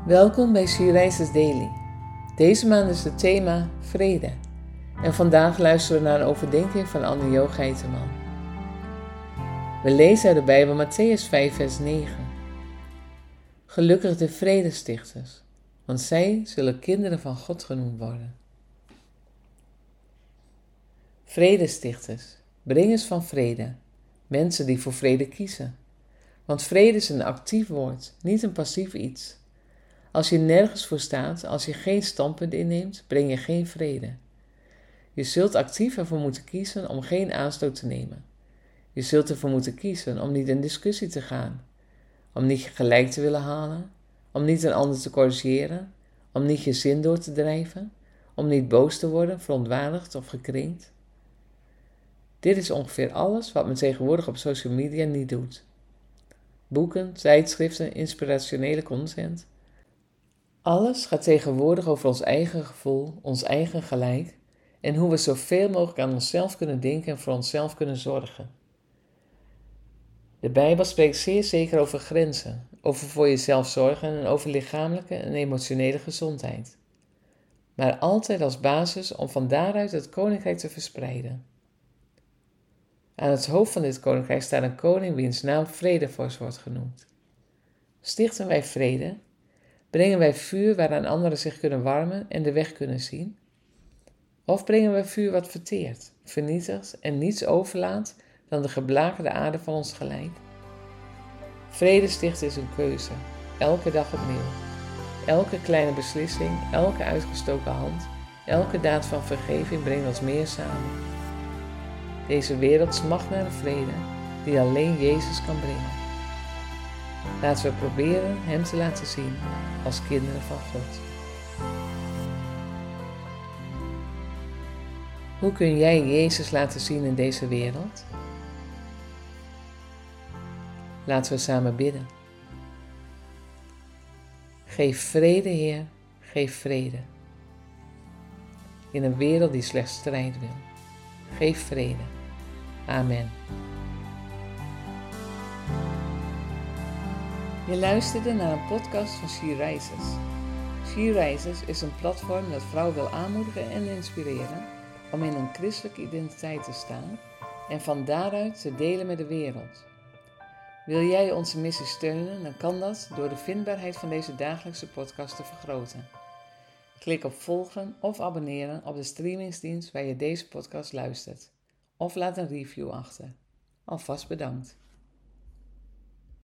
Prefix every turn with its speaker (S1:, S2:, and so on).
S1: Welkom bij She Rises Daily. Deze maand is het thema vrede. En vandaag luisteren we naar een overdenking van Anne-Jo Geiterman. We lezen uit de Bijbel Mattheüs 5 vers 9. Gelukkig de vredestichters, want zij zullen kinderen van God genoemd worden. Vredestichters, brengers van vrede, mensen die voor vrede kiezen. Want vrede is een actief woord, niet een passief iets. Als je nergens voor staat, als je geen standpunt inneemt, breng je geen vrede. Je zult actief ervoor moeten kiezen om geen aanstoot te nemen. Je zult ervoor moeten kiezen om niet in discussie te gaan, om niet je gelijk te willen halen, om niet een ander te corrigeren, om niet je zin door te drijven, om niet boos te worden, verontwaardigd of gekrenkt. Dit is ongeveer alles wat men tegenwoordig op social media niet doet. Boeken, tijdschriften, inspirationele content. Alles gaat tegenwoordig over ons eigen gevoel, ons eigen gelijk en hoe we zoveel mogelijk aan onszelf kunnen denken en voor onszelf kunnen zorgen. De Bijbel spreekt zeer zeker over grenzen, over voor jezelf zorgen en over lichamelijke en emotionele gezondheid. Maar altijd als basis om van daaruit het koninkrijk te verspreiden. Aan het hoofd van dit koninkrijk staat een koning wiens naam Vredevorst wordt genoemd. Stichten wij vrede? Brengen wij vuur waaraan anderen zich kunnen warmen en de weg kunnen zien? Of brengen wij vuur wat verteert, vernietigt en niets overlaat dan de geblakerde aarde van ons gelijk? Vrede stichten is een keuze, elke dag opnieuw. Elke kleine beslissing, elke uitgestoken hand, elke daad van vergeving brengt ons meer samen. Deze wereld smacht naar een vrede die alleen Jezus kan brengen. Laten we proberen Hem te laten zien als kinderen van God. Hoe kun jij Jezus laten zien in deze wereld? Laten we samen bidden. Geef vrede, Heer, geef vrede. In een wereld die slechts strijd wil. Geef vrede. Amen. Je luisterde naar een podcast van She Rises. She Rises is een platform dat vrouwen wil aanmoedigen en inspireren om in een christelijke identiteit te staan en van daaruit te delen met de wereld. Wil jij onze missie steunen, dan kan dat door de vindbaarheid van deze dagelijkse podcast te vergroten. Klik op volgen of abonneren op de streamingsdienst waar je deze podcast luistert. Of laat een review achter. Alvast bedankt.